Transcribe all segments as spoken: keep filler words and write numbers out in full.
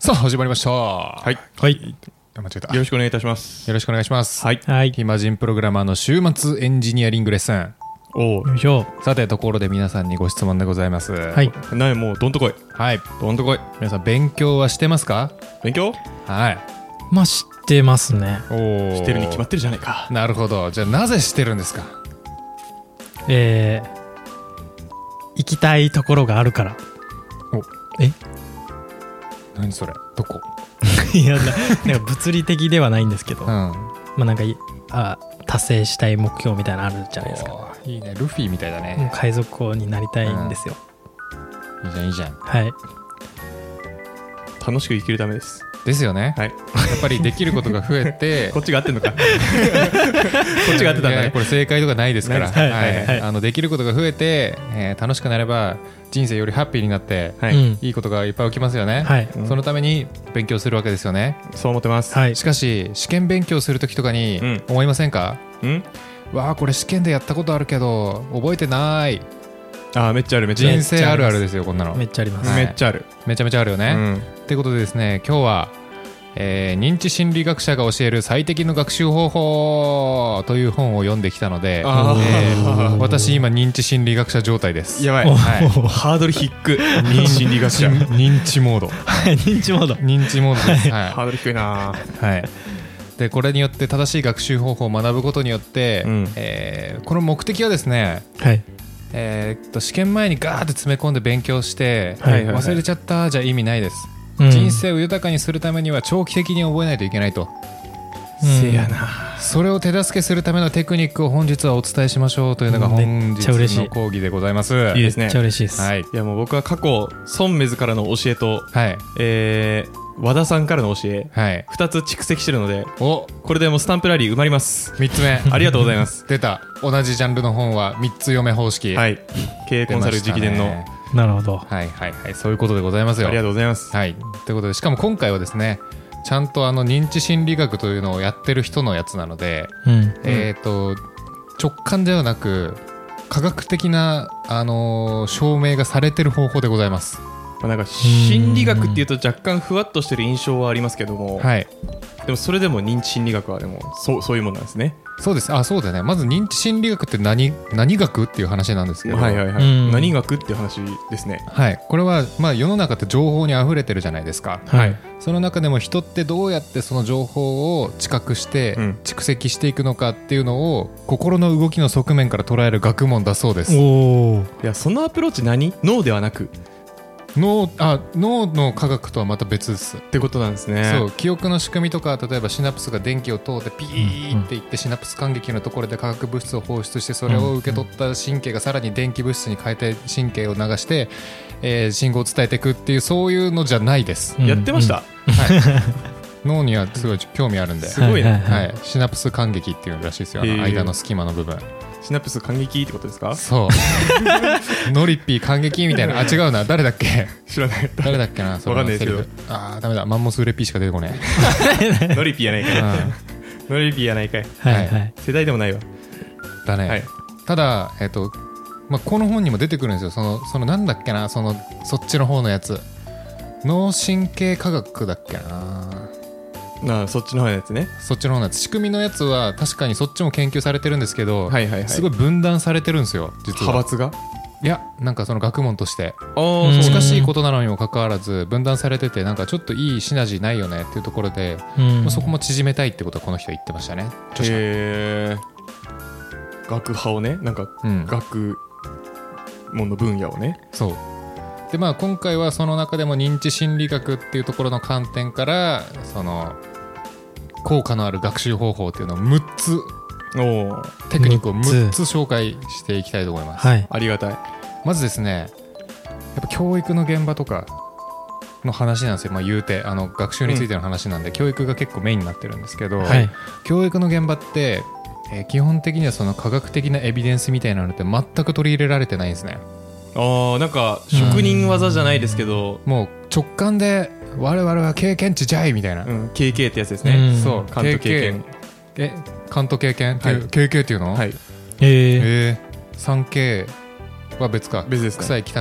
さあ始まりました。 はいはい。 間違えた。 よろしくお願いいたします。 よろしくお願いします。 はい。 はい。 暇人プログラマーの週末エンジニアリングレッスン。 およいしょ。 さてところで皆さんにご質問でございます。 はい。 お。なにもうどんとこい。 はい。 どんとこい。 皆さん勉強はしてますか？ 勉強？ はい。 まあ知ってますね。 おー。 してるに決まってるじゃないか。 なるほど。じゃあなぜしてるんですか？ えー、行きたいところがあるから。 お。 え？ 何それ？どこ？ いやな、なんか物理的ではないんですけど、 うん。 まあなんかいあ達成したい目標みたいなのあるじゃないですか。 おーいいね。ルフィみたいだもうね。 海賊王になりたいんですよ。 いいじゃんいいじゃん。 はい。 楽しく生きるためです。 ですよね。 はい。 やっぱりできることが増えてこっちが合ってんのか。こっちが合ってたんだね。 いやこれ正解とかないですから、 はいはいはいはいあのできることが増えて、えー楽しくなれば人生よりハッピーになって、 はい。 うん。 いいことがいっぱい起きますよね、 はい。 うんそのために勉強するわけですよね。 そう思ってます。 はい。 しかし試験勉強するときとかにうん思いませんか、 うん？ わあこれ試験でやったことあるけど覚えてないあーめっちゃあるめっちゃある。 人生あるあるですよこんなのめっちゃあります。 はいめっちゃある。 めちゃめちゃあるよね、 うん。 ってことでですね今日は、えー認知心理学者が教える最適の学習方法という本を読んできたので、 あーえー私今認知心理学者状態ですやばい。 おはいハードル低く。認知心理学者。 認知モード認知モード。 認知モードです、はハードル低いな。 いはい、でこれによって正しい学習方法を学ぶことによって、 うんえーこの目的はですね、 はい。 えーっと試験前にガーって詰め込んで勉強して、 はいはいはい忘れちゃったじゃ意味ないです、 うん人生を豊かにするためには長期的に覚えないといけないと、 うんせやな。 それを手助けするためのテクニックを本日はお伝えしましょうというのがうん本めっちゃ嬉しい日の講義でございます。 いいですね。 めっちゃ嬉しいです。 はいいやもう僕は過去孫メズからの教えと、 はいえー、和田さんからの教えはい。 ふたつ蓄積してるので、 おこれでもうスタンプラリー埋まります。 みっつめありがとうございます。 出た。同じジャンルの本はみっつ読め方式。 はい。経営コンサル直伝の、 出ましたねなるほど。 はいはいはいそういうことでございますよ。 ありがとうございます。 はい。ということでしかも今回はですねちゃんとあの認知心理学というのをやってる人のやつなので、 うん。 えっと直感ではなく科学的なあのー証明がされてる方法でございます。 まあ、なんか心理学っていうと若干ふわっとしてる印象はありますけども、 はい。 でもそれでも認知心理学はでもそうそういうもんなんですね。 そうです。あ、そうだね。まず認知心理学って何何学っていう話なんですけど、 はいはいはい。 うん何学っていう話ですね。 はい。これはまあ世の中って情報にあふれてるじゃないですか。 はい。 その中でも人ってどうやってその情報を知覚してうん蓄積していくのかっていうのを心の動きの側面から捉える学問だそうです。 おー。 いやそのアプローチ何？脳ではなく脳あ脳の科学とはまた別です。 ってことなんですね。 そう記憶の仕組みとか例えばシナプスが電気を通ってピーっていってシナプス間隙のところで化学物質を放出してそれを受け取った神経がさらに電気物質に変えて神経を流して、えー信号を伝えていくっていうそういうのじゃないです、 うんやってました。 はい、脳にはすごい興味あるんで、 すごいね。 はいはいはい、シナプス間隙っていうらしいですよあのへー間の隙間の部分シナプス感激ってことですか？ そうノリッピー感激みたいなあ違うな誰だっけ知らない。 誰だっけなそのわかんないですけどセリフあーダメだマンモスウレピーしか出てこねノリピーやないかい。 え、 ノリピーやないかい。 はいはい。 世代でもないわ。 うん、だね、 はい。 ただ、えっとまあ、この本にも出てくるんですよそのそのなんだっけなそのそっちの方のやつ脳神経科学だっけななあそっちの方のやつね。 そっちの方のやつ仕組みのやつは確かにそっちも研究されてるんですけど、 はいはいはい。 すごい分断されてるんですよ実は派閥が。 いやなんかその学問としてあうんあ近しいことなのにもかかわらず分断されててなんかちょっといいシナジーないよねっていうところで、 うんまあそこも縮めたいってことはこの人は言ってましたね著者、 へえ。学派をねなんかうん、 学問の分野をね。 そうでまあ今回はその中でも認知心理学っていうところの観点からその効果のある学習方法っていうのをむっつおおテクニックをむっつむっつ紹介していきたいと思います、 はい。 ありがたい。 まずですねやっぱ教育の現場とかの話なんですよ、まあ、言うてあの学習についての話なんで、教育が結構メインになってるんですけど、 はい。 教育の現場って、えー基本的にはその科学的なエビデンスみたいなのって全く取り入れられてないんですね。 ああなんか職人技じゃないですけど、 もう直感で我々は経験値じゃいみたいな、 うん、ケーケー ってやつですうね。 んそう勘と経験。 え勘と経験っていう、 はい経験っていうの、 はい。 えー。 えー、さんケーは別か別ですね。 臭い汚い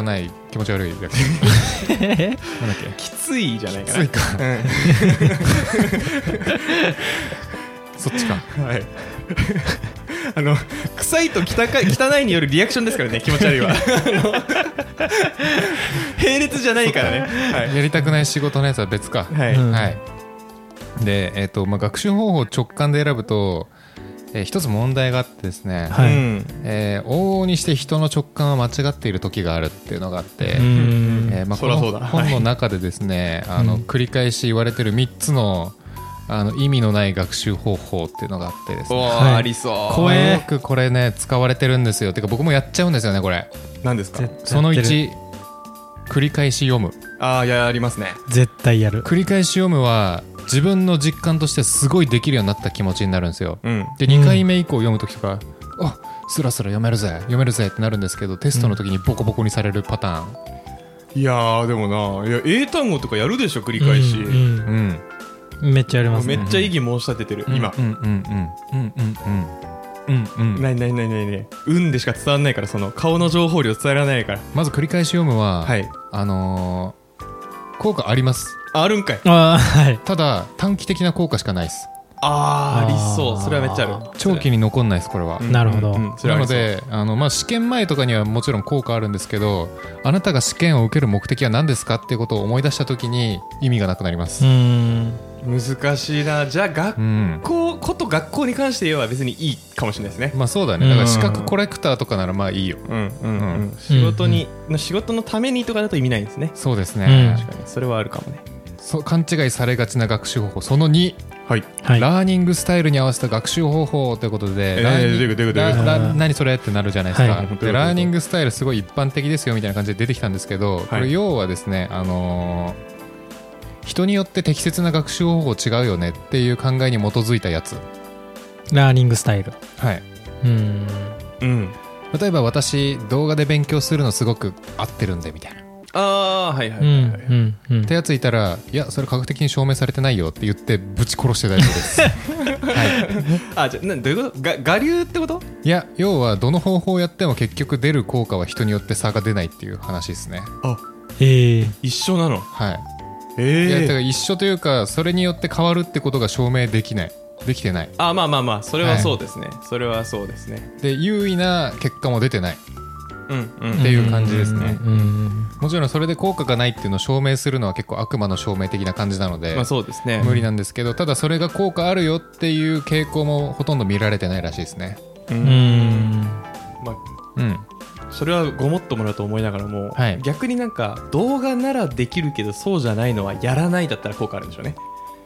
気持ち悪いだけなんだっけきついじゃないかな。 きついか、うん、そっちか。 はいあの臭いと汚か汚いによるリアクションですからね、気持ち悪いは並列じゃないからね、はい、 やりたくない仕事のやつは別か。 はい、 うんはい、で、えーとまあ、学習方法を直感で選ぶと、えー、一つ問題があってですね、 はい、 えー、往々にして人の直感は間違っている時があるっていうのがあって、 うん、 えーまあ、この本の中でですね、はい、あの繰り返し言われてるみっつのあの意味のない学習方法っていうのがあってですね、 はい、ありそう。 怖え。 よくこれね使われてるんですよ。てか僕もやっちゃうんですよねこれ。 何ですか？ そのいち、繰り返し読む。 ああ、やりますね。 絶対やる。 繰り返し読むは自分の実感としてすごいできるようになった気持ちになるんですよ、 うん、 でにかいめ以降読むときとか、うん、あスラスラ読めるぜ読めるぜってなるんですけど、テストの時にボコボコにされるパターン、 うん、いやーでもないや英単語とかやるでしょ繰り返し、うんうんうん、めっちゃやりますね。 めっちゃ異議申し立ててる、うん、今うんうんうんうんうんうんうんないないないないね運でしか伝わらないから、その顔の情報量伝えられないから。 まず繰り返し読むは、 はい、 あのー、効果あります。 あ, あるんかい。 あ、はい、 ただ短期的な効果しかないです。 あーありそう。それはめっちゃある。 長期に残んないですこれは、 うん、なるほど、 うんうん、 なのであの、まあ、試験前とかにはもちろん効果あるんですけど、あなたが試験を受ける目的は何ですかっていうことを思い出した時に意味がなくなります。 うーん難しいな。じゃあ学校、うん、こと学校に関して言えば別にいいかもしれないですね。 まあそうだね。だから資格コレクターとかならまあいいよ、 うんうんうんうん、仕事に、うんうん、仕事のためにとかだと意味ないんですね。 そうですね、 確かにそれはあるかもね。 そう勘違いされがちな学習方法そのに、 はい、 ラーニングスタイルに合わせた学習方法ということで、 えー、 何それってなるじゃないですか、 はい、 でラーニングスタイルすごい一般的ですよみたいな感じで出てきたんですけど、はい、これ要はですね、あのー、人によって適切な学習方法違うよねっていう考えに基づいたやつ。 ラーニングスタイル。 はい。 うん、 うん、例えば私動画で勉強するのすごく合ってるんでみたいな、 あーはいはいはい、はい、 うんうん、 ってやついたら、いやそれ科学的に証明されてないよって言ってぶち殺して大丈夫です、はい、 あじゃあなどういうことが我流ってこと？ いや要はどの方法をやっても結局出る効果は人によって差が出ないっていう話ですね。 あえー、 一緒なの？ はい、 えー、 いやだから一緒というかそれによって変わるってことが証明できないできてない。 あまあまあまあそれはそうですね、はい、それはそうですね。 で優位な結果も出てない、 うんうん、 っていう感じですね。 うんうん、 もちろんそれで効果がないっていうのを証明するのは結構悪魔の証明的な感じなので、 まあそうですね、 無理なんですけど、ただそれが効果あるよっていう傾向もほとんど見られてないらしいですね。 うーん、 まあ、 うん、 それはごもっともだと思いながらも、 はい、 逆になんか動画ならできるけどそうじゃないのはやらないだったら効果あるんでしょうね。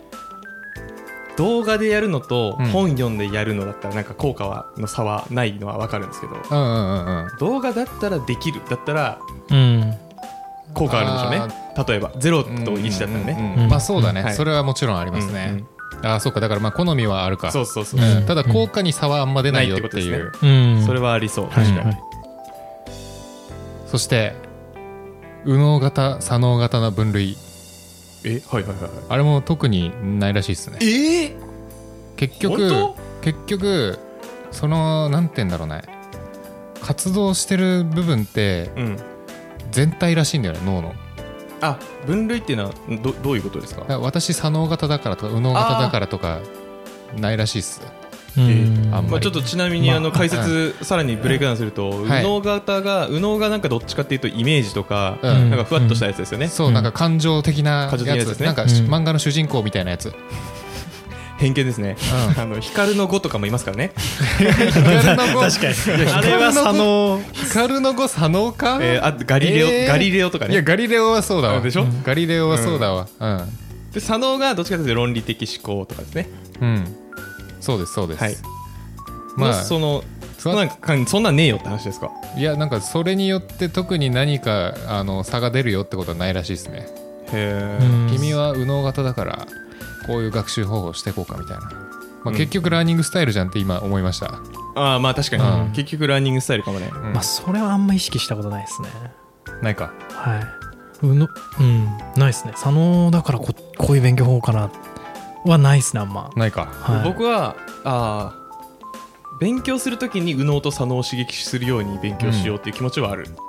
動画でやるのと本読んでやるのだったらなんか効果はの差はないのは分かるんですけど、 うんうんうんうん、 動画だったらできるだったら効果あるんでしょうね。例えばゼロといちだったらね、 うんうんうん、まあそうだね、はい、それはもちろんありますね、うんうん、あそうかだからまあ好みはあるか。 そうそうそう、 うん、ただ効果に差はあんま出ないよっていう、 うん、それはありそう。確かに、はいはい、 そして右脳型左脳型の分類、 えはいはいはい、 あれも特にないらしいですね。 えー、 結局結局そのなんて言うんだろうね、活動してる部分って全体らしいんだよね、脳の。 あ分類っていうのは ど, どういうことですか？ 私左脳型だからとか右脳型だからとかないらしいっす。 えーあんまりまあ、ちょっとちなみにあの解説さらにブレイクダウンすると、右脳型が右脳がなんかどっちかっていうとイメージとか、うん、なんかふわっとしたやつですよね、 うん、そうなんか感情的なやつ、 やつ、ね、 なんか、うん、漫画の主人公みたいなやつ。 偏見ですね、うん、あの光の語とかもいますからね。 光の語確かにあれは左脳。 光の語左脳か、 えー、あガリレオ、えー、ガリレオとかね。 いやガリレオはそうだわでしょ、 うん、ガリレオはそうだわ、うんうん、 で左脳がどっちかというと論理的思考とかですね。 うんそうですそうです、 はい、まあそのそんなそんなんねえよって話ですか？ いやなんかそれによって特に何かあの差が出るよってことはないらしいですね。 へー、君は右脳型だからこういう学習方法をしていこうかみたいな、まあ、結局ラーニングスタイルじゃんって今思いました、 うん、ああまあ確かに、うん、結局ラーニングスタイルかもね、 うん、まあそれはあんま意識したことないですね。 ないか。 はい、うのうんないですね。左脳だから こ, こういう勉強法かなはないですね。あんまないか、 はい、僕はあ勉強するときに右脳と左脳を刺激するように勉強しようっていう気持ちはある、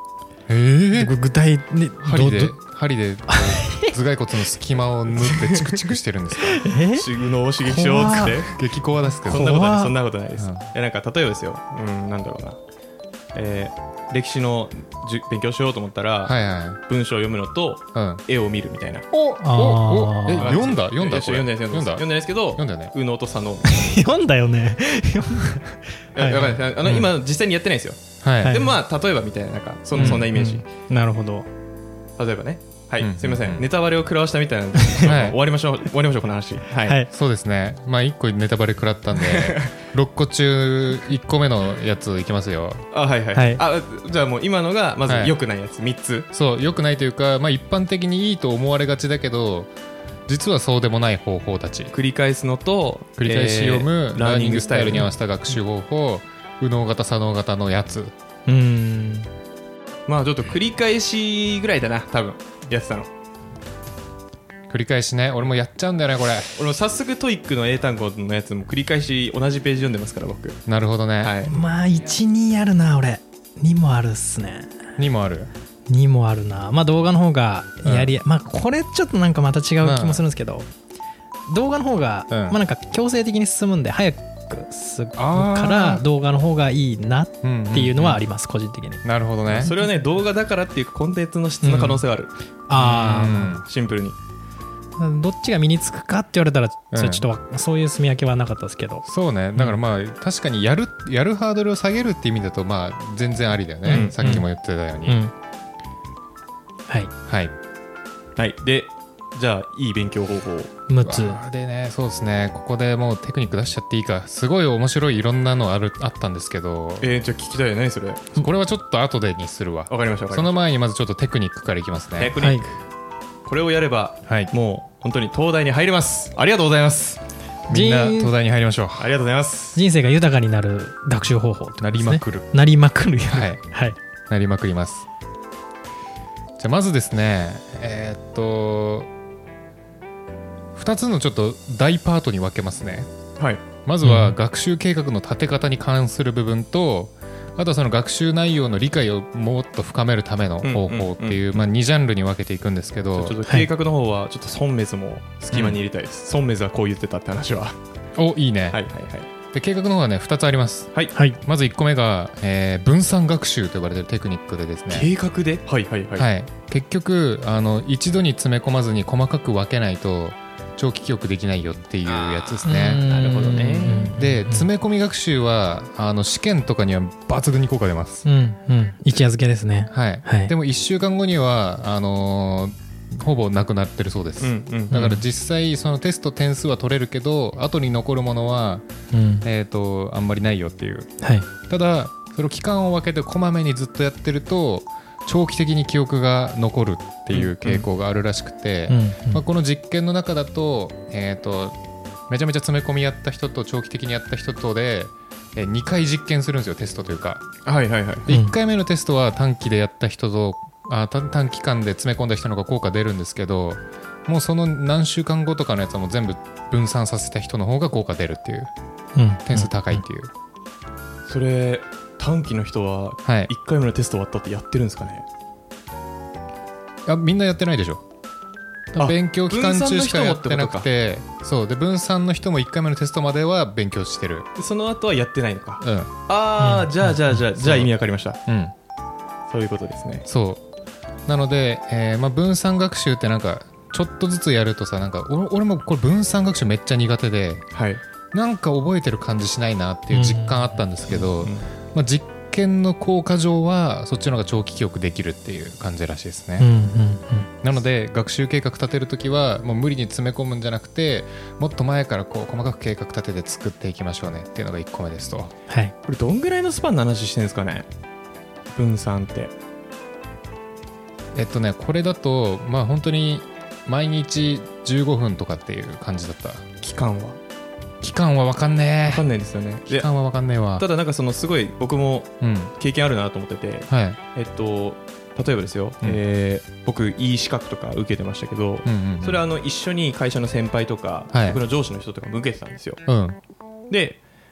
えー、 具体に針で針でこう頭蓋骨の隙間を縫ってチクチクしてるんですかえ右脳を刺激しようっつって激怖ですけどそんなことない怖っそんなことないです、 うんいやなんか例えばですよ、うん、なんだろうな、えー歴史のじゅ勉強しようと思ったら、 はいはい文章を読むのとうん絵を見るみたいな。 おあーおえ読んだ読んだいや読んでないです読んでないです読んでないですけど、 読んだよね右脳と左脳。 読んだよねいやわかんないあの、 うん今実際にやってないですよ。 はい、 はいでもまあ例えばみたいななんかそ,、 うんそんなイメージ。 うんなるほど。 例えばね。はい、 うんすみません、 うんネタバレを食らわしたみたいなんで、 はい終わりましょう終わりましょうこの話。はい。 はいそうですねまあいっこネタバレ食らったんでろっこ中いっこめのやついきますよ。 あはいはい。 はいあじゃあもう今のがまずはい良くないやつみっつ。 そう良くないというか、まあ、一般的にいいと思われがちだけど実はそうでもない方法たち繰り返すのと繰り返し読む、 えラーニングスタイルに合わせせた学習方法右脳型左脳型のやつ。 うーんまあちょっと繰り返しぐらいだな多分やってたの。 繰り返しね俺もやっちゃうんだよねこれ。 俺も早速トイックの英単語のやつも繰り返し同じページ読んでますから僕。 なるほどね、 はい。 まあいちにあるな俺。にもあるっすね。 にもある。 にもあるな。まあ動画の方がやりや、まあこれちょっとなんかまた違う気もするんですけど、動画の方が、 うんまあなんか強制的に進むんで早く進むあーから動画の方がいいなっうんていうのはあります、個人的に。 なるほどね。 それはね動画だからっていうかコンテンツの質の可能性がある、 あシンプルに。 あ、どっちが身につくかって言われたらうんそれちょっとわそういう住み分けはなかったですけど、 そうねだからまあ確かにやるやるハードルを下げるって意味だとまあ全然ありだよね、 うんさっきも言ってたように、 うん、はいはいはいでじゃあいい勉強方法。 むつ。 わあでねそうですねここでもうテクニック出しちゃっていいかすごい面白いいろんなのあるあったんですけどえー、じゃあ聞きたいよ何それ。わこれはちょっと後でにするわ。 かりましたわかそのりまし前にまずちょっとテクニックからいきますね。 た。テクニック、これをやればはいもう本当に東大に入れます。ありがとうございます。 みんな人東大に入りましょう。 ありがとうございます。 人生が豊かになる学習方法ってことなですね。 りまくる。 なりまくるよ。 はいはい。 なりまくります。じゃあまずですねえーっとふたつのちょっと大パートに分けますね。 はい。 まずは学習計画の立て方に関する部分と、あとはその学習内容の理解をもっと深めるための方法っていう、まあ、にジャンルに分けていくんですけど、 ちょっと計画の方はちょっとソンメズも隙間に入れたいです。ソンメズはこう言ってたって話は。 おいいね、 はいはいはい。 で計画の方はねふたつあります。 はい。 はい。 まずいっこめが、えー分散学習と呼ばれているテクニックでですね、 計画ではいはいはい。 はい、結局あの一度に詰め込まずに細かく分けないと長期記憶できないよっていうやつですね。 なるほどねで詰め込み学習はあの試験とかには抜群に効果出ます。 うんうん。一夜漬けですね。 はいはいでもいっしゅうかんごにはあのーほぼなくなってるそうです、 うんうん。 だから実際そのテスト点数は取れるけど後に残るものは、 うん。 えー、とあんまりないよっていう。 はい。 ただそれを期間を分けてこまめにずっとやってると長期的に記憶が残るっていう傾向があるらしくて、 うんまあ、この実験の中だと,、えー、とめちゃめちゃ詰め込みやった人と長期的にやった人とで、えーにかい実験するんですよテストというか。 はいはいはい。 でうんいっかいめのテストは短期でやった人とあ短短期間で詰め込んだ人の方が効果出るんですけど、もうその何週間後とかのやつはもう全部分散させた人の方が効果出るっていう、 うん。 点数高いっていう、 それ短期の人ははいいっかいめのテスト終わったってやってるんですかね。 あみんなやってないでしょ。 あ勉強期間中しかやってなく分散の人もてそうで分散の人もいっかいめのテストまでは勉強してる。 でその後はやってないのか。 うんああ、 うんじゃあじゃあじゃあじゃあ意味わかりました。 うんそういうことですね。 そうなので、えーまあ、分散学習ってなんかちょっとずつやるとさなんか俺俺もこれ分散学習めっちゃ苦手ではい。 なんか覚えてる感じしないなっていう実感あったんですけど、 うんまあ、実験の効果上はそっちの方が長期記憶できるっていう感じらしいですね、 うんうんなので学習計画立てるときはもう無理に詰め込むんじゃなくてもっと前からこう細かく計画立てて作っていきましょうねっていうのがいっこめですと。 はい。 これどんぐらいのスパンの話してるんですかね。分散って。 えっとねこれだとまあ本当に毎日じゅうごふんとかっていう感じだった。 期間は期間は分かんねわかんないですよね。でえ期間は分かんねえわ。 ただなんかそのすごい僕もうん経験あるなと思ってて、 はいえっと例えばですよ、 うんえー僕 E 資格とか受けてましたけど、 うんうんうんそれはあの一緒に会社の先輩とか、 はい僕の上司の人とかも受けてたんですよ。 うんで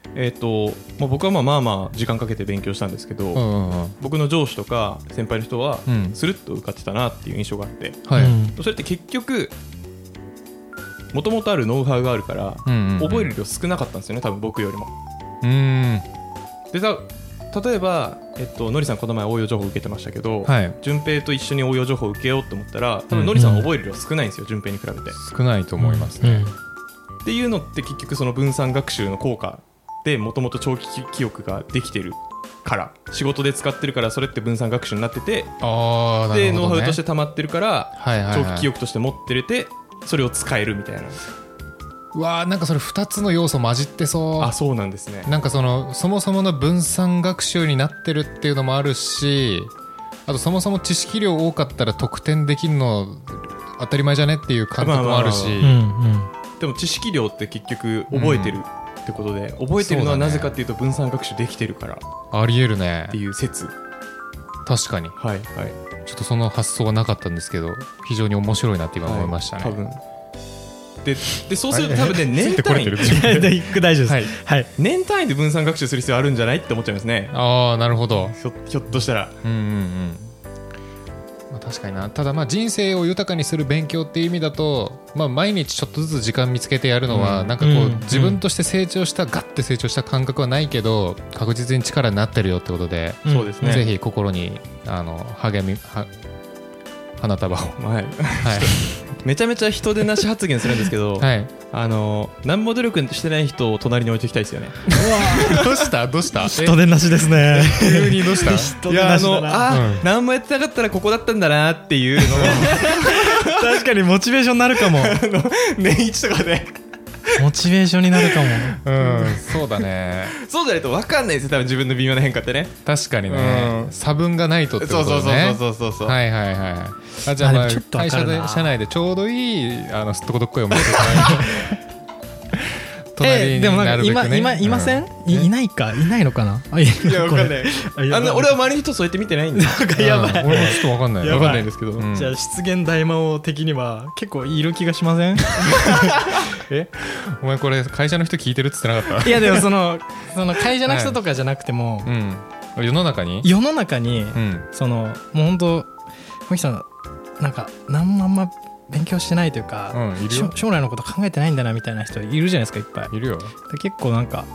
えーとまあ、僕はまあまあまあ時間かけて勉強したんですけど、 うんうんうん、 僕の上司とか先輩の人はうんスルッと受かってたなっていう印象があって、 はい、 うんそれって結局もともとあるノウハウがあるから、 うんうんうん、 覚える量少なかったんですよね、多分僕よりも。 うーん、 でた例えば、えっと、のりさんこの前応用情報受けてましたけど、 はい、 順平と一緒に応用情報受けようと思ったら多分のりさんは覚える量少ないんですよ、順平に比べて。 少ないと思いますね、 うんっていうのって結局その分散学習の効果でもともと長期記憶ができてるから仕事で使ってるからそれって分散学習になってて、 あー、なるほどね、 でノウハウとして溜まってるからはいはいはい、 長期記憶として持ってれてそれを使えるみたいな。 うわー、なんかそれふたつの要素混じってそう。 あ、そうなんですね。 なんかそのそもそもの分散学習になってるっていうのもあるし、あとそもそも知識量多かったら得点できるの当たり前じゃねっていう感覚もあるし、 まあまあうんうんでも知識量って結局覚えてるってことで、うん、覚えてるのはなぜかっていうと分散学習できてるからありえるねっていう説。 確かに、 はいはい、 ちょっとその発想はなかったんですけど非常に面白いなって今思いましたね、 はい、多分で, でそうすると多分ね年単位大丈夫です、 はいはい、 年単位で分散学習する必要あるんじゃないって思っちゃいますね。 ああ、なるほど。 ひ ょ, ひょっとしたら、 うんうんうん、まあ、確かにな。ただまあ人生を豊かにする勉強っていう意味だと、まあ、毎日ちょっとずつ時間見つけてやるのは、うん、なんかこう、うん、自分として成長した、ガッて成長した感覚はないけど確実に力になってるよってことで、 うん、そうですね、 ぜひ心にあの励みは花束を、はいはい、 めちゃめちゃ人でなし発言するんですけど、 はい、 あの何も努力してない人を隣に置いていきたいですよね。 うわどうしたどうした人でなしですね。 急にどうしたいやあのあ、うん、何もやってなかったらここだったんだなっていうのを確かにモチベーションになるかも。 年一とかでモチベーションになるかも。 うん、そうだね。 そうじゃないと分かんないですよ、多分自分の微妙な変化ってね。 確かにね、うん、差分がないとってことだね。 そうそうそうそうそう。 はいはいはい。あ、じゃあ、まあ、会社で社内でちょうどいいあのすっとこどっこいを見せていただいてえー、でもなんか今今いません、うん、い, いないかいないのかな。あ、いや分かんない。あの俺は周りの人そうやって見てないんで。 なんかやばい、 うん、俺もちょっと分かんない分かんないんですけど、 うん、じゃあ失言大魔王的には結構いる気がしません？ え、お前これ会社の人聞いてるって言ってなかった？ いやでもそのその会社の人とかじゃなくても、 はい、うん、世の中に世の中に、うん、そのもう本当小木さんなんか何もあんま勉強してないというか、うん、いるよ、将来のこと考えてないんだなみたいな人いるじゃないですか、いっぱいいるよ。 で結構なんか、うん、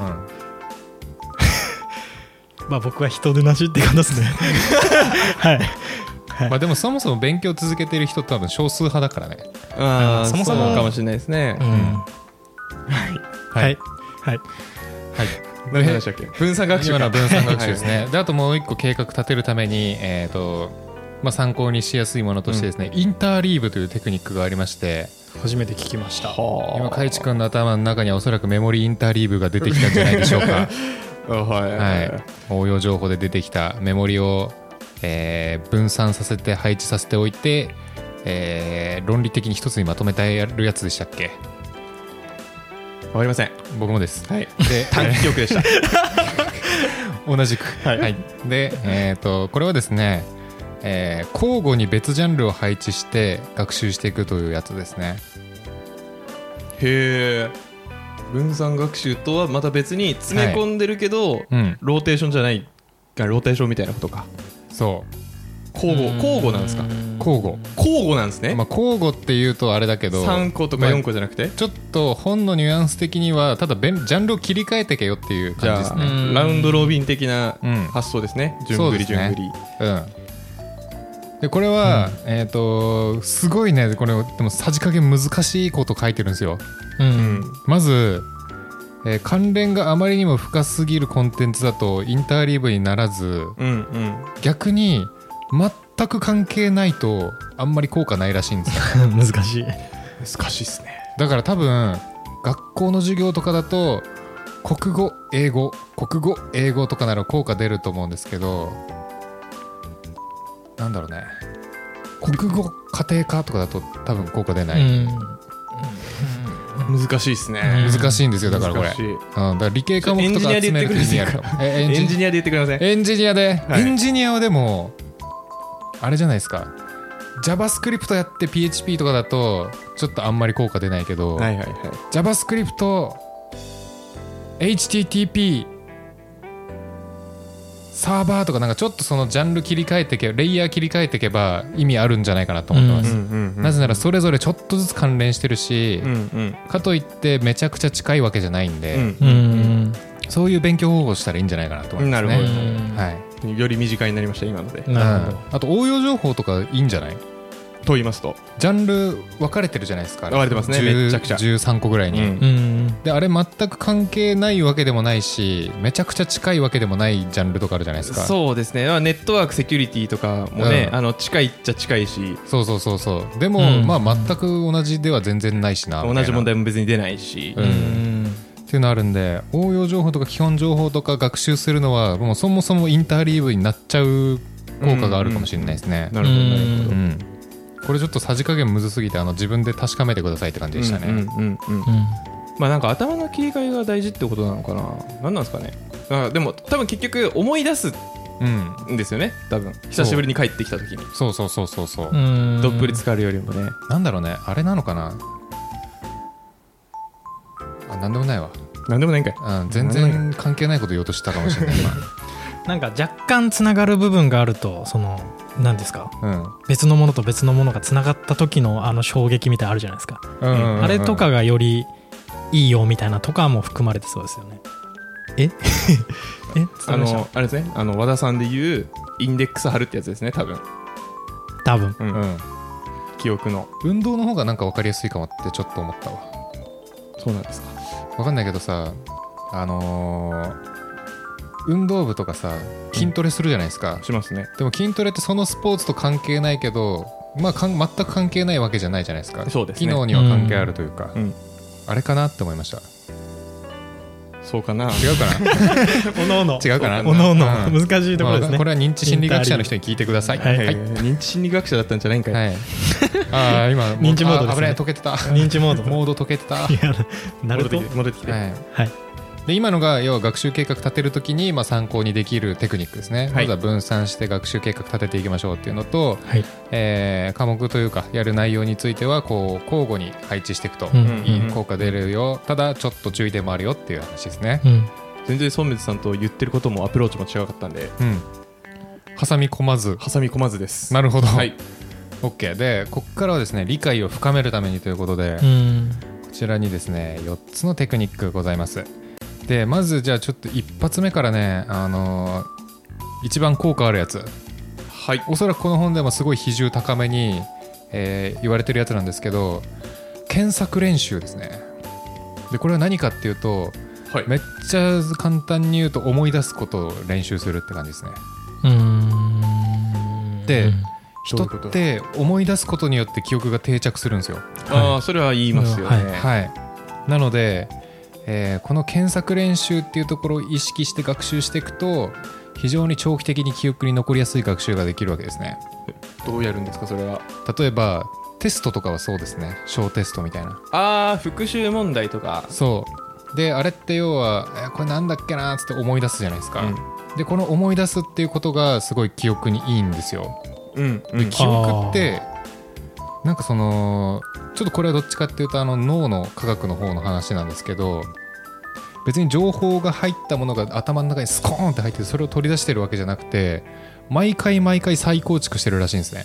まあ僕は人でなしって感じですね。はい、はい、 まあでもそもそも勉強続けてる人多分少数派だからね。 ああ、そもそもかもしれないですね。うん、 はいはいはい。 何でしたっけ？分散学習。 今のは分散学習ですね。はい、であともう一個計画立てるために、えーとまあ、参考にしやすいものとしてですね、うん、インターリーブというテクニックがありまして、 初めて聞きました。 今海地君の頭の中にはおそらくメモリーインターリーブが出てきたんじゃないでしょうか。 はい、 はい、応用情報で出てきたメモリを、えー、分散させて配置させておいて、えー、論理的に一つにまとめてやるやつでしたっけ？ わかりません。 僕もです。 はい、で短期記憶でした。 同じく、はいはい、で、えーと、これはですね、えー、交互に別ジャンルを配置して学習していくというやつですね。 へー、分散学習とはまた別に詰め込んでるけど、はい、うん、ローテーションじゃない、ローテーションみたいなことか。 そう交互交互なんですか？ 交互交互なんですね。 まあ、交互っていうとあれだけどさんこ、とかよんこじゃなくて、まあ、 ちょっと本のニュアンス的にはただジャンルを切り替えてけよっていう感じですね。 ラウンドロビン的な発想ですね。順繰り順繰り。 うん、でこれは、うん、えーとすごいね、これでもさじ加減難しいこと書いてるんですよ。うん、まず、えー、関連があまりにも深すぎるコンテンツだとインターリーブにならず、うんうん、逆に全く関係ないとあんまり効果ないらしいんですよ。 難しい難しいですね。 だから多分学校の授業とかだと国語英語国語英語とかなら効果出ると思うんですけど、なんだろうね、国語家庭科とかだと多分効果出ない。うん難しいですね。 難しいんですよ。だからこれ、うん、だから理系科目とか集めると意味あるかも。 エンジニアで言ってください。 エンジニアで、はい、エンジニアはでもあれじゃないですか、 JavaScript やって ピーエイチピー とかだとちょっとあんまり効果出ないけど、はいはいはい、JavaScript エイチティーティーピー サーバーとかなんかちょっとそのジャンル切り替えていけばレイヤー切り替えていけば意味あるんじゃないかなと思ってます、 うんうんうんうん、 なぜならそれぞれちょっとずつ関連してるし、 うんうん、 かといってめちゃくちゃ近いわけじゃないんで、 うんうんうん、 そういう勉強方法をしたらいいんじゃないかなと思いますね。 なるほど、 はい、 より身近になりました今ので。 なるほど。 あと応用情報とかいいんじゃないと言いますと、 ジャンル分かれてるじゃないですか。 分かれてますね、めちゃくちゃじゅうさんこぐらいに、うん、であれ全く関係ないわけでもないしめちゃくちゃ近いわけでもないジャンルとかあるじゃないですか。 そうですね、ネットワークセキュリティとかもね、うん、あの近いっちゃ近いし、 そうそうそうそうでも、うん、まあ全く同じでは全然ないしな、 同じ問題も別に出ないし、うん、 うんっていうのあるんで、応用情報とか基本情報とか学習するのはもうそもそもインターリーブになっちゃう効果があるかもしれないですね。 なるほどなるほど、うん、 これちょっとさじ加減むずすぎてあの自分で確かめてくださいって感じでしたね。うんうんうんうん、 まあなんか頭の切り替えが大事ってことなのかな、何なんですかね。あでも多分結局思い出すんですよね、多分久しぶりに帰ってきた時に。 そうそうそうそうそう、 どっぷり浸かるよりもね。 なんだろうね、あれなのかな。あ、なんでもないわ。 なんでもないんかい、 うん、全然関係ないこと言おうとしたかもしれない今なんか若干つながる部分があると、その何ですか、うん、別のものと別のものがつながった時のあの衝撃みたいなのあるじゃないですか、うんうんうんうん、あれとかがよりいいよみたいなとかも含まれてそうですよね。ええあのあれですね、あの和田さんで言うインデックス貼るってやつですね、多分多分、 うんうん、記憶の運動の方がなんか分かりやすいかもってちょっと思ったわ。 そうなんですか。 分かんないけどさ、あのー、運動部とかさ筋トレするじゃないですか、 うん、しますね。 でも筋トレってそのスポーツと関係ないけど、まあ、かん全く関係ないわけじゃないじゃないですか。 そうですね、 機能には関係あるというか、うん、あれかなって思いました。 そうかな、 違うかなおのおの違うかな、 おのおの難しいところですね、まあ、 これは認知心理学者の人に聞いてください。 はいはい、認知心理学者だったんじゃないんかい、はい、 ああ今認知モードですね。 危ない、溶けてた、 認知モードモード溶けてた。 いやなると戻ってきて、はい、 はいで今のが要は学習計画立てるときにまあ参考にできるテクニックですね、はい、まずは分散して学習計画立てていきましょうっていうのと、はい、えー、科目というかやる内容についてはこう交互に配置していくといい効果出るよ、ただちょっと注意点もあるよっていう話ですね、うん、 全然孫水さんと言ってることもアプローチも違かったんで、うん、 挟み込まず挟み込まずです。 なるほど、 はい、 OK でここからはですね理解を深めるためにということで、うん、こちらにですねよっつのテクニックがございます。でまずじゃあちょっと一発目からね、あのー、一番効果あるやつ、 はい、 おそらくこの本でもすごい比重高めに、えー、言われてるやつなんですけど、検索練習ですね。でこれは何かっていうと、はい、めっちゃ簡単に言うと思い出すことを練習するって感じですね。うーんで人って思い出すことによって記憶が定着するんですよ。 ああ、それは言いますよね、 はいはい、なのでえー、この検索練習っていうところを意識して学習していくと非常に長期的に記憶に残りやすい学習ができるわけですね。 どうやるんですかそれは。 例えばテストとかはそうですね、小テストみたいな。 あー、復習問題とか。 そうであれって要は、えー、これなんだっけなーっつって思い出すじゃないですか、うん、でこの思い出すっていうことがすごい記憶にいいんですよ、うんうん、で記憶ってなんかそのちょっとこれはどっちかっていうとあの脳の科学の方の話なんですけど、別に情報が入ったものが頭の中にスコーンって入っててそれを取り出してるわけじゃなくて、毎回毎回再構築してるらしいんですね。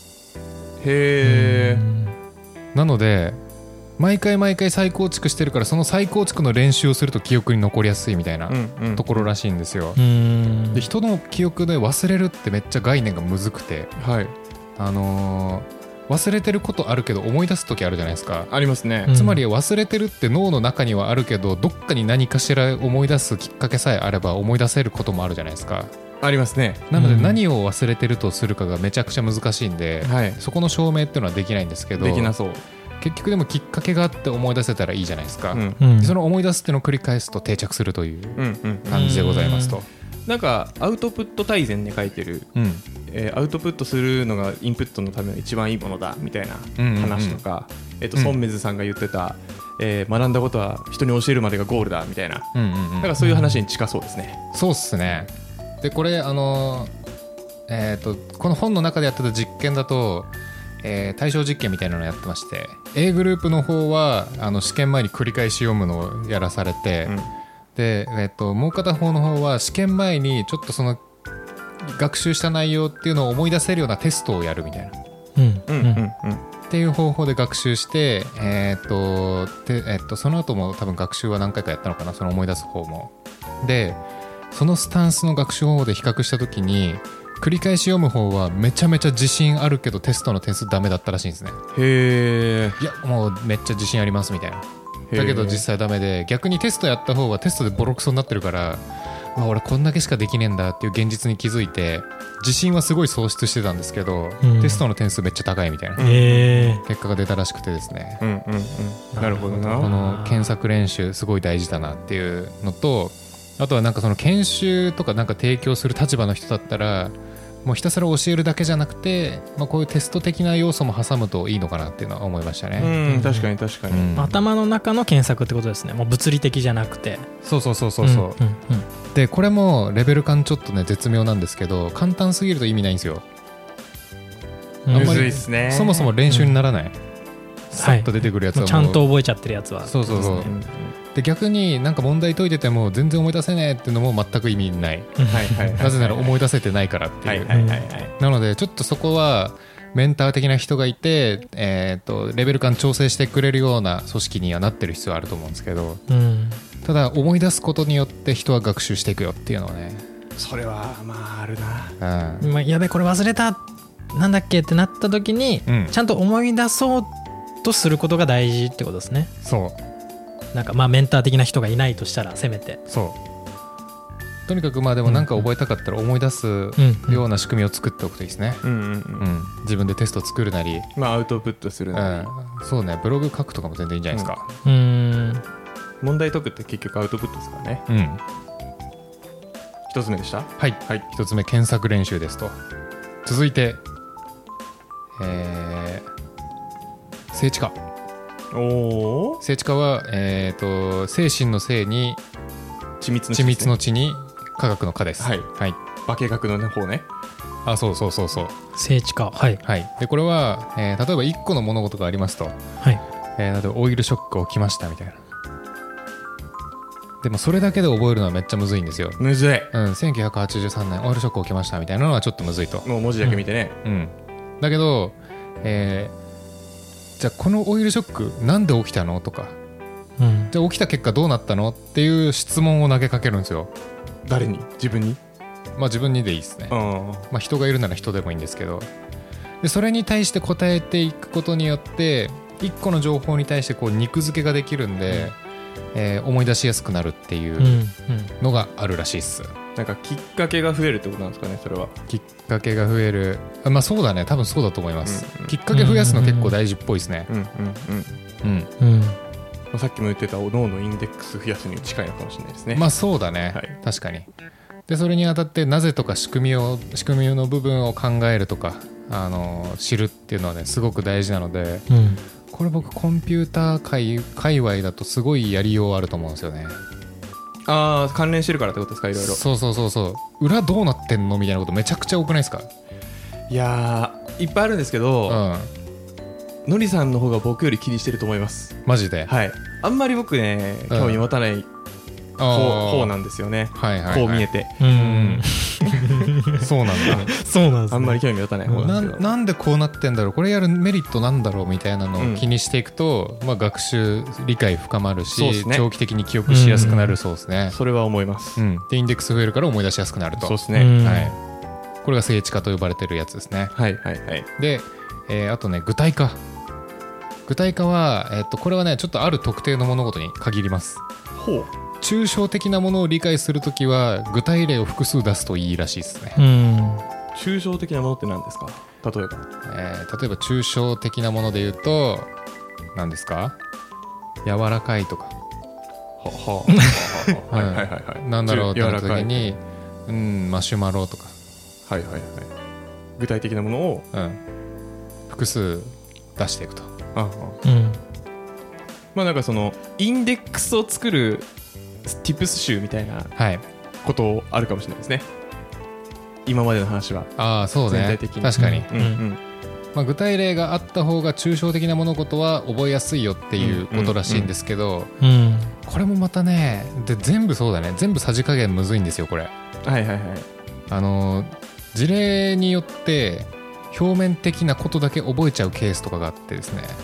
へー。なので毎回毎回再構築してるから、その再構築の練習をすると記憶に残りやすいみたいなところらしいんですよ、うんうん、で人の記憶で忘れるってめっちゃ概念がむずくて、はい、あのー忘れてることあるけど思い出す時あるじゃないですか。 ありますね。 つまり忘れてるって脳の中にはあるけど、どっかに何かしら思い出すきっかけさえあれば思い出せることもあるじゃないですか。 ありますね。 なので何を忘れてるとするかがめちゃくちゃ難しいんで、はい、そこの証明っていうのはできないんですけど、 できなそう。 結局でもきっかけがあって思い出せたらいいじゃないですか、うん、その思い出すっていうのを繰り返すと定着するという感じでございますと、うんうんうん、なんかアウトプット大全に書いてる、うんえー、アウトプットするのがインプットのための一番いいものだみたいな話とか、うんうんうん、えーと、孫水さんが言ってた、えー、学んだことは人に教えるまでがゴールだみたいな、うんうんうん、だからそういう話に近そうですね、 うん、そうっすね。でこれあの、えーと、この本の中でやってた実験だと、えー、対象実験みたいなのをやってまして、 A グループの方はあの試験前に繰り返し読むのをやらされて、 で、えっと、もう片方の方は試験前にちょっとその学習した内容っていうのを思い出せるようなテストをやるみたいな、 うんうんうんうんっていう方法で学習して、えーとでえー、とその後も多分学習は何回かやったのかな、その思い出す方も。でそのスタンスの学習方法で比較した時に繰り返し読む方はめちゃめちゃ自信あるけどテストの点数ダメだったらしいんですね。 へえ。 いやもうめっちゃ自信ありますみたいな。だけど実際ダメで、逆にテストやった方はテストでボロクソになってるから、まあ、俺こんだけしかできねえんだっていう現実に気づいて自信はすごい喪失してたんですけど、うん、テストの点数めっちゃ高いみたいな結果が出たらしくてですね、 うんうんうん、なるほどな。 この検索練習すごい大事だなっていうのと、あとはなんかその研修とかなんか提供する立場の人だったらもうひたすら教えるだけじゃなくて、まあ、こういうテスト的な要素も挟むといいのかなっていうのは思いましたね。 うん、確かに確かに、 うん、頭の中の検索ってことですね。もう物理的じゃなくて。 そうそうそうそうそう、うんうんうん、でこれもレベル感ちょっとね絶妙なんですけど、簡単すぎると意味ないんですよ。 あんまりそもそも練習にならない、うん、さっと出てくるやつはもう、 はい、ちゃんと覚えちゃってるやつはそうそうそう、うんで逆になんか問題解いてても全然思い出せねえっていうのも全く意味ない、なぜなら思い出せてないからっていう、なのでちょっとそこはメンター的な人がいて、えー、とレベル感調整してくれるような組織にはなってる必要はあると思うんですけど、うん、ただ思い出すことによって人は学習していくよっていうのはね、 それはまああるな、 うんまあ、やべこれ忘れたなんだっけってなった時に、うん、ちゃんと思い出そうとすることが大事ってことですね。 そうなんかまあメンター的な人がいないとしたらせめてそうとにかくまあでも何か覚えたかったら思い出すような仕組みを作っておくといいですね、うんうんうんうん、自分でテスト作るなり、 まあ、アウトプットするなり、 うん、そうねブログ書くとかも全然いいんじゃないですか、 うん、うん問題解くって結局アウトプットですからね、うん、一つ目でした。 はい、はい、一つ目検索練習ですと。続いて、えー、聖地化。 お聖地化は、えー、と精神の性に緻密の緻密の地に科学の科です。 はい、はい、化学の方ね。 あ、そうそうそうそう。 聖地化、はい、 はい、でこれは、えー、例えばいっこの物事がありますと、はいえー、例えばオイルショックが起きましたみたいな。でもそれだけで覚えるのはめっちゃむずいんですよ。 むずい、 うん、せんきゅうひゃくはちじゅうさんねんオイルショック起きましたみたいなのはちょっとむずいと。 もう文字だけ見てね、 うんうん、だけど、えーじゃあこのオイルショックなんで起きたのとか、うん、じゃあ起きた結果どうなったのっていう質問を投げかけるんですよ。 誰に？自分に？ まあ自分にでいいですね。まあ人がいるなら人でもいいんですけど、でそれに対して答えていくことによっていっこの情報に対してこう肉付けができるんで、うんえー、思い出しやすくなるっていうのがあるらしいっす。 なんかきっかけが増えるってことなんですかね。それはきっかけが増える、まあそうだね、多分そうだと思います、うんうん、きっかけ増やすの結構大事っぽいですね。うんうんうんうんうんうん、さっきも言ってた脳のインデックス増やすに近いのかもしれないですね。 まあそうだね、はい、確かに。でそれにあたってなぜとか仕組みを仕組みの部分を考えるとかあの知るっていうのはねすごく大事なので、うん、これ僕コンピューター界界隈だとすごいやりようあると思うんですよね。 ああ関連してるからってことですか。いろいろそうそうそうそう裏どうなってんのみたいなことめちゃくちゃ多くないですか。 いやーいっぱいあるんですけど、うん、のりさんの方が僕より気にしてると思います。 マジで。 はい。あんまり僕ね興味持たない、うん、方, 方なんですよね、はいはいはい、こう見えて。うんそうなんだそうなんです、ね、 あんまり興味持たない方なんですけどな, なんでこうなってんだろうこれやるメリットなんだろうみたいなのを気にしていくと、うんまあ、学習理解深まるし、ね、長期的に記憶しやすくなるそうですね、 うん、それは思います、 うん、でインデックス増えるから思い出しやすくなると。 そうですね、うんはい、これが聖地化と呼ばれてるやつですね。 はいはいはい。 で、えー、あとね具体化具体化は、えー、っとこれはねちょっとある特定の物事に限ります。 ほう。 抽象的なものを理解するときは具体例を複数出すといいらしいですね。 うん抽象的なものって何ですか。例えば、 えー、例えば抽象的なもので言うと何ですか。柔らかいとかはははいはいはいはい、 なんだろうってなった時に、うん、マシュマロとかはいはいはい具体的なものを、 うん、複数出していくと。 ああ、うん、まあなんかそのインデックスを作るティップス集みたいなことあるかもしれないですね、はい、今までの話は。 ああそうね全体的に確かに、うんうんまあ、具体例があった方が抽象的な物事は覚えやすいよっていうことらしいんですけど、うんうんうん、 これもまたねで全部そうだね全部さじ加減むずいんですよこれ。 はいはいはい。 あの事例によって表面的なことだけ覚えちゃうケースとかがあってですね。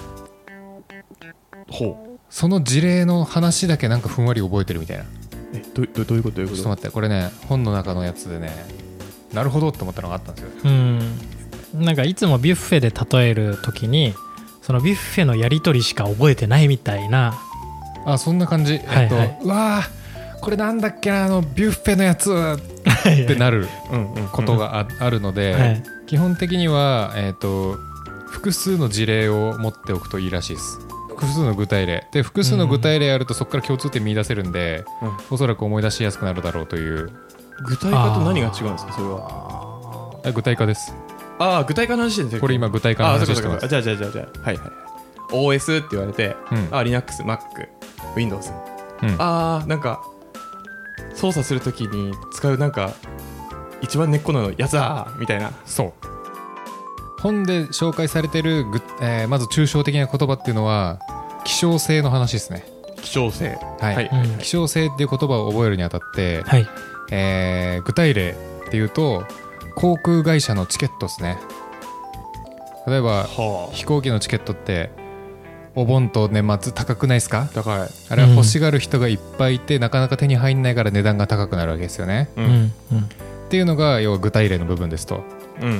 ほう。 その事例の話だけなんかふんわり覚えてるみたいな。 えどどどういうことどういうこと。 ちょっと待ってこれね本の中のやつでねなるほどって思ったのがあったんですよ。 うんなんかいつもビュッフェで例えるときにそのビュッフェのやり取りしか覚えてないみたいな。 あそんな感じ、 はいはい、 えっと、うわーこれなんだっけなあのビュッフェのやつってなることが あ, あるので、はい、基本的には、えーと、複数の事例を持っておくといいらしいです。複数の具体例で複数の具体例あるとそこから共通点見出せるんで、うん、おそらく思い出しやすくなるだろうという。 具体化と何が違うんですかそれは。 具体化です。 ああ具体化の話ですね。 これ今具体化の話してます。 じゃあじゃあじゃあじゃあはいはい オーエス って言われて、うん、あ Linux、Mac、Windows、うん、あーなんか操作するときに使うなんか一番根っこのやつだみたいな。 そう本で紹介されてるぐ、えー、まず抽象的な言葉っていうのは希少性の話ですね。 希少性、 はいはい、うん、希少性っていう言葉を覚えるにあたって、はいえー、具体例っていうと航空会社のチケットですね。例えば、はあ、飛行機のチケットってお盆と年末高くないですか。 高い。 あれは欲しがる人がいっぱいいて、うん、なかなか手に入んないから値段が高くなるわけですよね、うんうん、っていうのが要は具体例の部分ですと、うんうん、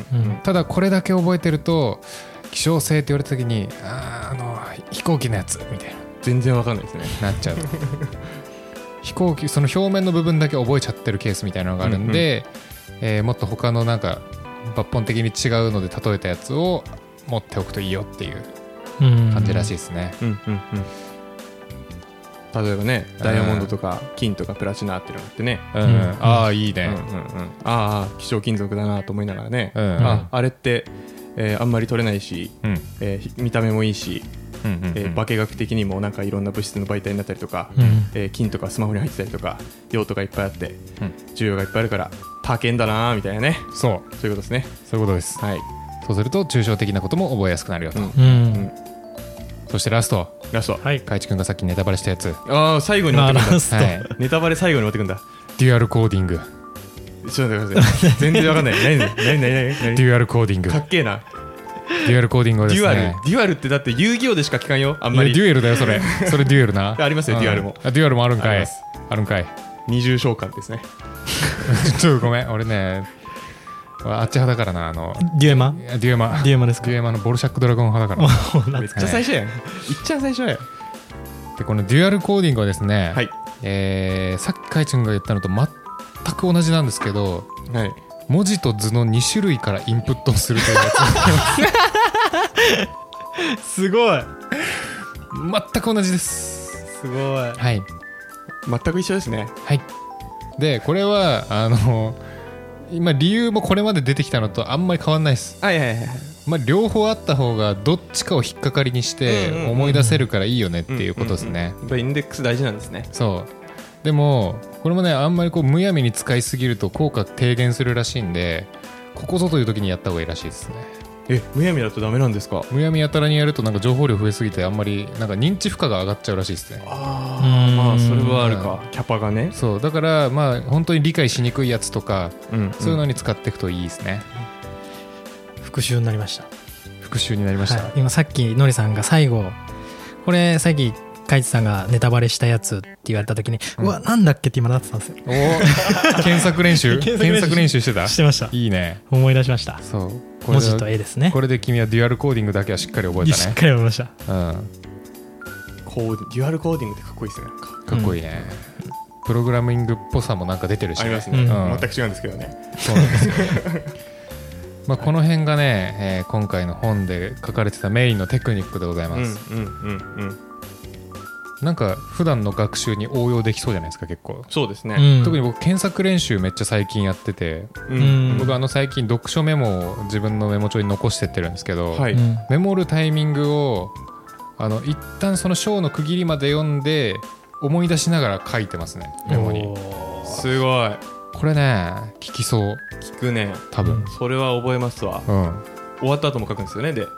ただこれだけ覚えてると希少性って言われた時にああの飛行機のやつみたいな全然わかんないですねなっちゃう飛行機その表面の部分だけ覚えちゃってるケースみたいなのがあるんで、うんうんえー、もっと他のなんか抜本的に違うので例えたやつを持っておくといいよっていう感じらしいですね、うんうんうん、 例えばねダイヤモンドとか金とかプラチナっていうのがあってね、 うんうん、ああいいね、うんうんうん、 ああ希少金属だなと思いながらね、うんうん、あ, あれって、えー、あんまり取れないし、うんえー、見た目もいいし、うんうんうんえー、化学的にもなんかいろんな物質の媒体になったりとか、うんえー、金とかスマホに入ってたりとか用途がいっぱいあって、うん、需要がいっぱいあるから高えんだなみたいなね。 そうそういうことですね。 そういうことです、はい、そうすると抽象的なことも覚えやすくなるよと、うんうん、そしてラストラストはい海地君がさっきネタバレしたやつああ最後に持ってくんだ、はい、ネタバレ最後に持ってくんだデュアルコーディングちょっと待ってください全然わかんない何何何何何デュアルコーディングかっけえなデュアルコーディングはですねデュアルデュアルってだって遊戯王でしか聞かんよあんまり。 デュエルだよそれそれデュエルなありますよデュアルもあデュアルもあるんかい あ, あるんかい二重召喚ですねちょっとごめん俺ねあっち派だからなあのデュエマデュエマデュエマですか。 デュエマのボルシャックドラゴン派だからめっちゃ最初やん、はい、いっちゃん最初やんでこのデュアルコーディングはですね、 はいえー、さっきカイチ君が言ったのと全く同じなんですけど、はい、文字と図のに種類からインプットするというやつすごい全く同じです。 すごい、 はい、 全く一緒ですね。 はいでこれはあの今理由もこれまで出てきたのとあんまり変わんないです。 はいはいはい、 まあ、両方あった方がどっちかを引っかかりにして思い出せるからいいよねっていうことですね。 やっぱりインデックス大事なんですね。 そうでもこれもねあんまりこうむやみに使いすぎると効果低減するらしいんでここぞという時にやった方がいいらしいですね。 えむやみだとダメなんですか。 むやみやたらにやるとなんか情報量増えすぎてあんまりなんか認知負荷が上がっちゃうらしいですね。 ああまあそれはあるか、キャパがね。 そうだからまあ本当に理解しにくいやつとか、うんうん、そういうのに使っていくといいですね。 復習になりました。 復習になりました、 はい、今さっきのりさんが最後これさっきカイチさんがネタバレしたやつって言われた時に、うん、うわなんだっけって今なってたんですよ。 お検索練習検索練習してたしてました。 いいね思い出しました。 そう文字と絵ですね。 これで君はデュアルコーディングだけはしっかり覚えたね。 しっかり覚えました、 うん、 コーデュアルコーディングってかっこいいですね。なんかかっこいいね、うん、プログラミングっぽさもなんか出てるし、ね、 ありますね、うん、全く違うんですけどね。 そうなんですよまあこの辺がね、えー、今回の本で書かれてたメインのテクニックでございます。うんうんうんうんなんか普段の学習に応用できそうじゃないですか結構。 そうですね、 うん、特に僕検索練習めっちゃ最近やってて、うん、僕あの最近読書メモを自分のメモ帳に残してってるんですけど、はい、メモるタイミングをあの一旦その章の区切りまで読んで思い出しながら書いてますねメモに。 すごいこれね効きそう。 効くね多分、うん、 それは覚えますわ、うん、終わった後も書くんですよね。で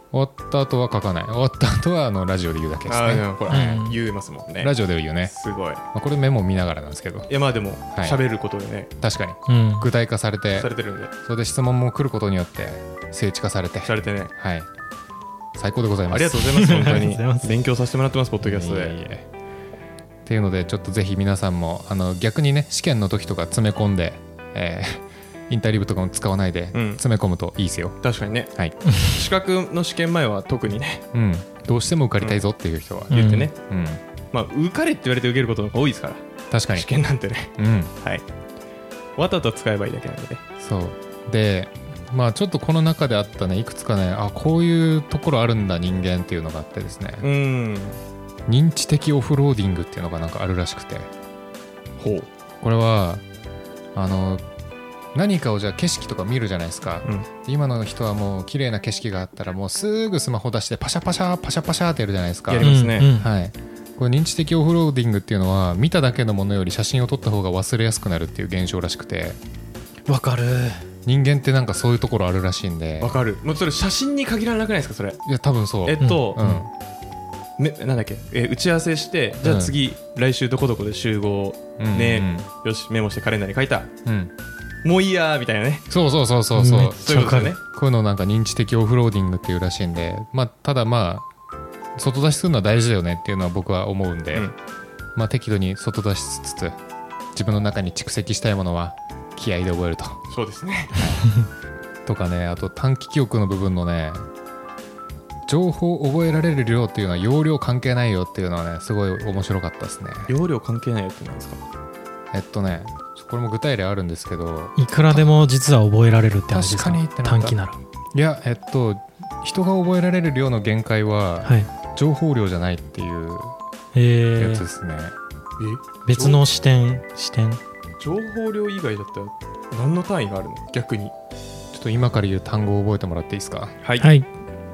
終わった後は書かない。終わった後はあのラジオで言うだけですね。 あこれ、うん、言えますもんね。 ラジオで言うね。 すごい、 まあ、これメモ見ながらなんですけど、 いやまあでも喋、はい、ることでね、 確かに、うん、具体化されてされてるんで、 それで質問も来ることによって聖地化されてされてね、 はい、最高でございます。 ありがとうございます。本当に勉強させてもらってます、ポッドキャストで。いえいえっていうので、ちょっとぜひ皆さんもあの逆にね、試験の時とか詰め込んで、えーインターリブとかも使わないで詰め込むといいですよ、 うん、確かにね、 はい、 資格の試験前は特にね、 うん、どうしても受かりたいぞっていう人は、 うん、言ってね、 うん、 まあ受かれって言われて受けることの方が多いですから、 確かに試験なんてね、 うん、 はい、わざと使えばいいだけなんでね。 そうで、まあちょっとこの中であったね、いくつかね、あ、こういうところあるんだ人間っていうのがあってですね、 うん、 認知的オフローディングっていうのがなんかあるらしくて、 ほう、 これはあの何かをじゃあ景色とか見るじゃないですか、うん、今の人はもう綺麗な景色があったらもうすぐスマホ出してパシャパシャパシャパシャってやるじゃないですか。 やりますね、 うん、はい。これ認知的オフローディングっていうのは見ただけのものより写真を撮った方が忘れやすくなるっていう現象らしくて、 わかる。 人間ってなんかそういうところあるらしいんで。 わかる。もうそれ写真に限らなくないですかそれ。 いや多分そう。 えっと、うん、めなんだっけ、えー、打ち合わせしてじゃあ次、うん、来週どこどこで集合ね、うん、よしメモしてカレンダーに書いた、うん、もういいやみたいなね。 そうそうそうそうそう、 うん、そういうことですね。 こういうのなんか認知的オフローディングっていうらしいんで、まあただまあ外出しするのは大事だよねっていうのは僕は思うんで、うん、まあ適度に外出しつつ自分の中に蓄積したいものは気合で覚えると。 そうですねとかね、あと短期記憶の部分のね、情報を覚えられる量っていうのは容量関係ないよっていうのはね、すごい面白かったですね。 容量関係ないよって何ですか。 えっとね、これも具体例あるんですけど、 いくらでも実は覚えられるって話ですか。確かに短期なら。 いや、えっと人が覚えられる量の限界は情報量じゃないっていうやつですね、はい、 え別の視点視点情報量以外だったら何の単位があるの。逆にちょっと今から言う単語を覚えてもらっていいですか。 はい、はい、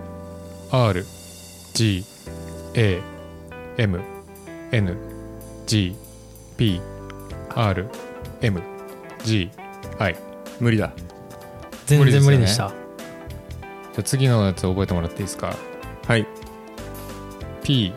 R G A M N G P R M G I。 無理だ。 全然無理でした。 じゃあ次のやつ覚えてもらっていいですか。 はい。 P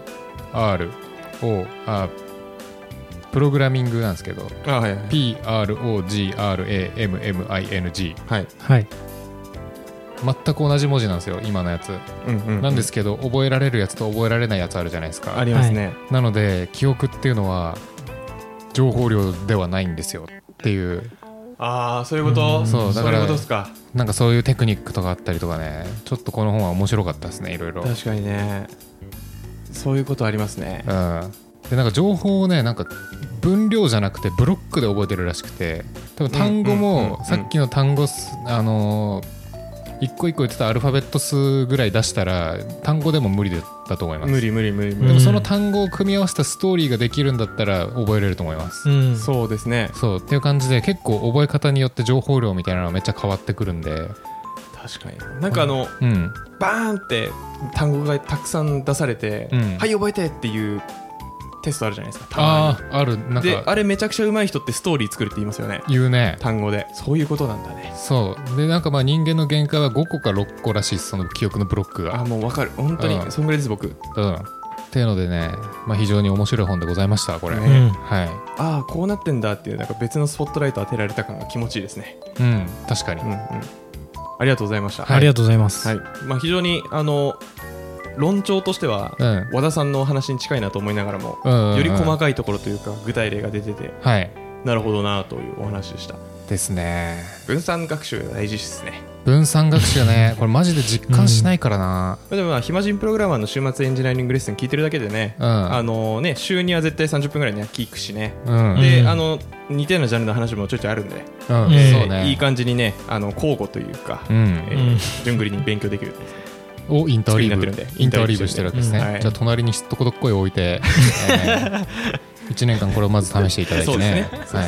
R O あプログラミングなんですけど、 あ、はいはい、 P R O G R A M M I N G、 はい、 はい、 全く同じ文字なんですよ今のやつ、うんうんうん、なんですけど覚えられるやつと覚えられないやつあるじゃないですか。 ありますね、はい、 なので記憶っていうのは情報量ではないんですよっていう。 ああ、そういうこと。 そうだからそういうことですか。 なんかそういうテクニックとかあったりとかね、ちょっとこの本は面白かったですね。いろいろ確かにね、そういうことありますね。 うん。でなんか情報をね、なんか分量じゃなくてブロックで覚えてるらしくて、多分単語もさっきの単語、あのー一個一個言ってたアルファベット数ぐらい出したら単語でも無理だと思います。 無理無理無理無理。 でもその単語を組み合わせたストーリーができるんだったら覚えれると思います、 うん、そうですね。 そうっていう感じで結構覚え方によって情報量みたいなのがめっちゃ変わってくるんで。 確かになんかあの、うん、バーンって単語がたくさん出されて、うん、はい覚えてっていうテストあるじゃないですか。 ああ、ある。なんかであれめちゃくちゃ上手い人ってストーリー作るって言いますよね。 言うね、 単語で。そういうことなんだね。 そうでなんかまあ人間の限界はごこかろっこらしいです、その記憶のブロックが。 あ、もう分かる、本当に、うん、そんぐらいです僕。 うんっていうのでね、まあ、非常に面白い本でございましたこれ、ね、 うん、 はい。 ああこうなってんだっていうなんか別のスポットライト当てられた感が気持ちいいですね。 うん確かに、うんうん、 ありがとうございました、 はい、ありがとうございます、 はい。まあ、非常にあの論調としては、うん、和田さんの話に近いなと思いながらも、うんうんうん、より細かいところというか具体例が出てて、はい、なるほどなというお話でした。 ですね。 分散学習が大事ですね。 分散学習ねこれマジで実感しないからな、 うん、でもまあ暇人プログラマーの週末エンジニアリングレッスン聞いてるだけでね、うん、あのね週には絶対さんじゅっぷんぐらいね聞くしね、うん、で、うん、あの似たようなジャンルの話もちょいちょいあるんで、うんえーそうね、いい感じにねあの交互というか、うんえー、順繰りに勉強できるをインターリーブインターリーブしてるわけですね、うんはい、じゃあ隣にとこどっこい置いて、えーいちねんかんこれをまず試していただいてねはい、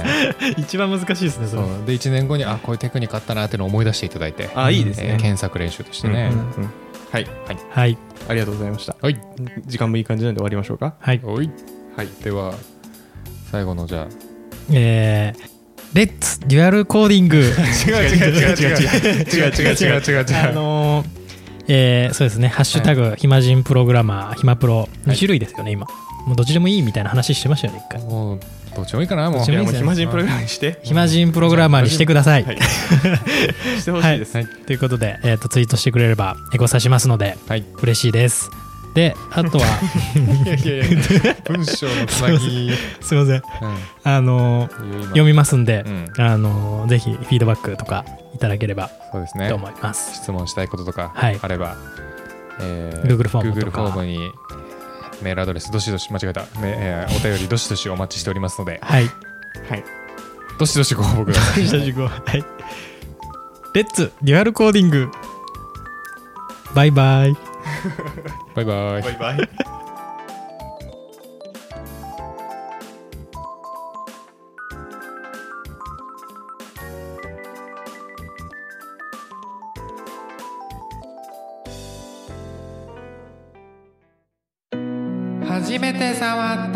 一番難しいですねそれ。 そうでいちねんごにあこういうテクニックあったなっていうのを思い出していただいて、 あいいですね、 えー、検索練習としてね、うんうんうん、 はい、はいはい、 ありがとうございました、 はい、 時間もいい感じなんで終わりましょうか。 はい、 はいはい、では最後のじゃあえーレッツデュアルコーディング違う違う違う違う違う違う違う違う違う違うあのーえー、そうですね、ハッシュタグ、はい、暇人プログラマー、暇プロ、に種類ですよね、今。もうどっちでもいいみたいな話してましたよね、一回。 もう、どっちもいいかな、もう。 いや、もう暇人プログラマーにして。 暇人プログラマーにしてください。はい、 してほしいです。 はい、ということで、えーと、ツイートしてくれればエゴサしますので、はい、嬉しいです。で、あとは、 いやいやいや、文章のつなぎ。 すいません。うん、あのー、読みますんで、うん、あのー、ぜひフィードバックとかいただければと思います。 質問したいこととかあれば、はい、えー、 Google フォームと Google フォームにメールアドレスどしどし間違えた、えー、お便りどしどしお待ちしておりますので、 はい、 はい、どしどしご応募ください。 どしどしご、はい。レッツデュアルコーディング。バイバイ。 バイバイ。 バイバイ。 初めて触った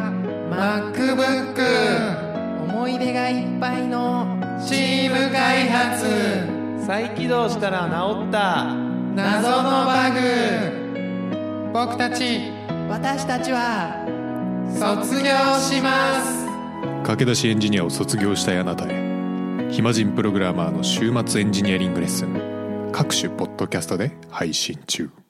MacBook、 思い出がいっぱいのチーム開発、 再起動したら治った謎のバグ。僕たち私たちは卒業します。 駆け出しエンジニアを卒業したいあなたへ、暇人プログラマーの週末エンジニアリングレッスン、各種ポッドキャストで配信中。